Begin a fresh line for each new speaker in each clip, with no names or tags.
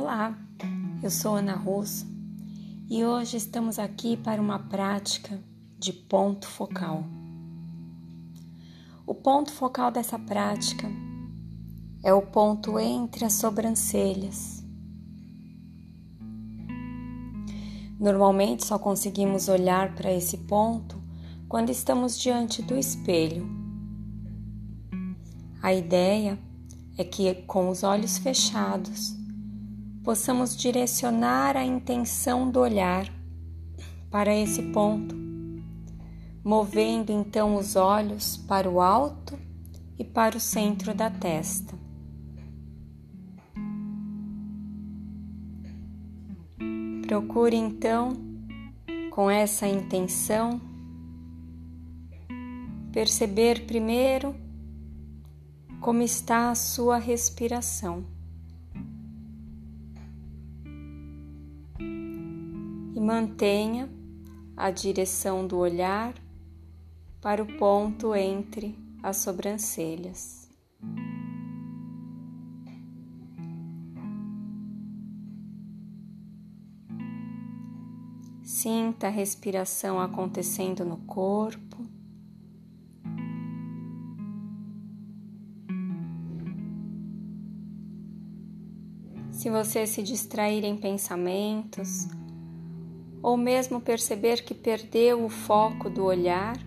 Olá, eu sou Ana Russo e hoje estamos aqui para uma prática de ponto focal. O ponto focal dessa prática é o ponto entre as sobrancelhas. Normalmente só conseguimos olhar para esse ponto quando estamos diante do espelho. A ideia é que, com os olhos fechados, possamos direcionar a intenção do olhar para esse ponto, movendo então os olhos para o alto e para o centro da testa. Procure então, com essa intenção, perceber primeiro como está a sua respiração. E mantenha a direção do olhar para o ponto entre as sobrancelhas. Sinta a respiração acontecendo no corpo. Se você se distrair em pensamentos, ou mesmo perceber que perdeu o foco do olhar,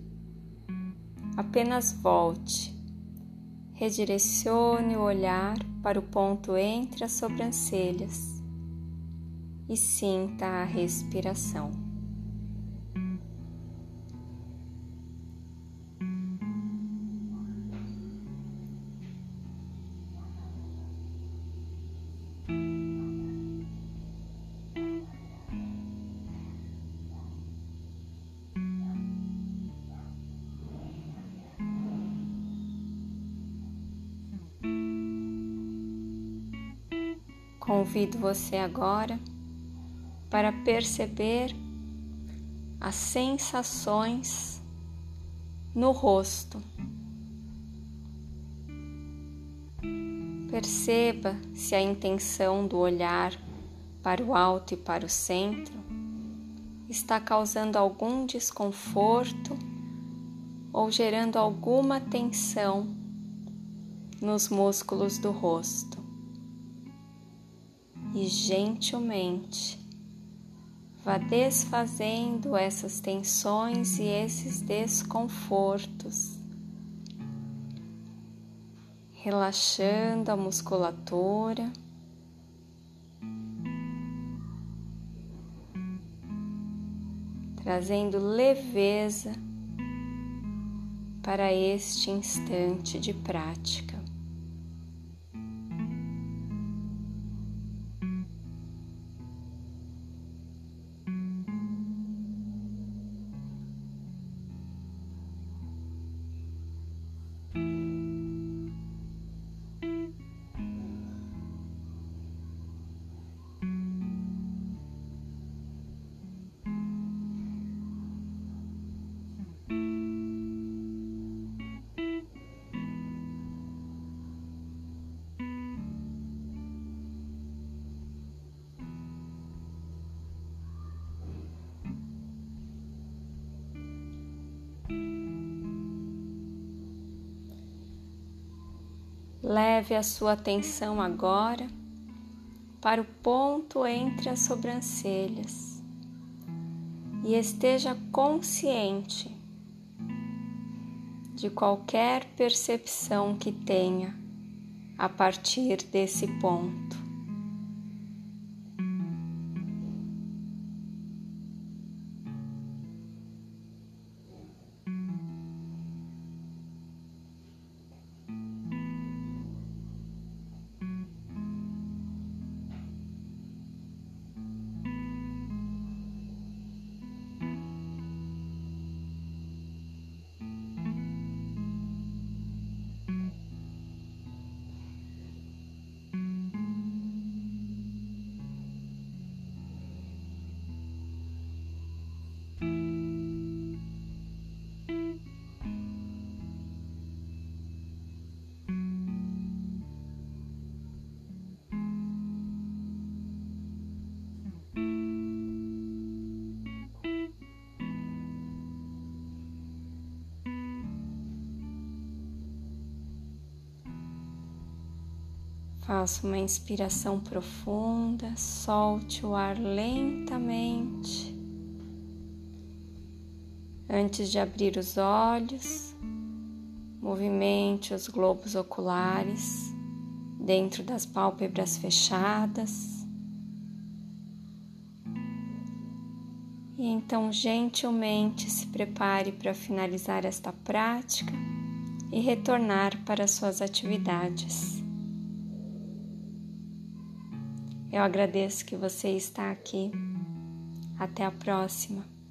apenas volte, redirecione o olhar para o ponto entre as sobrancelhas e sinta a respiração. Convido você agora para perceber as sensações no rosto. Perceba se a intenção do olhar para o alto e para o centro está causando algum desconforto ou gerando alguma tensão nos músculos do rosto. E gentilmente vá desfazendo essas tensões e esses desconfortos, relaxando a musculatura, trazendo leveza para este instante de prática. Leve a sua atenção agora para o ponto entre as sobrancelhas e esteja consciente de qualquer percepção que tenha a partir desse ponto. Faça uma inspiração profunda, solte o ar lentamente. Antes de abrir os olhos, movimente os globos oculares dentro das pálpebras fechadas. E então, gentilmente, se prepare para finalizar esta prática e retornar para suas atividades. Eu agradeço que você está aqui. Até a próxima.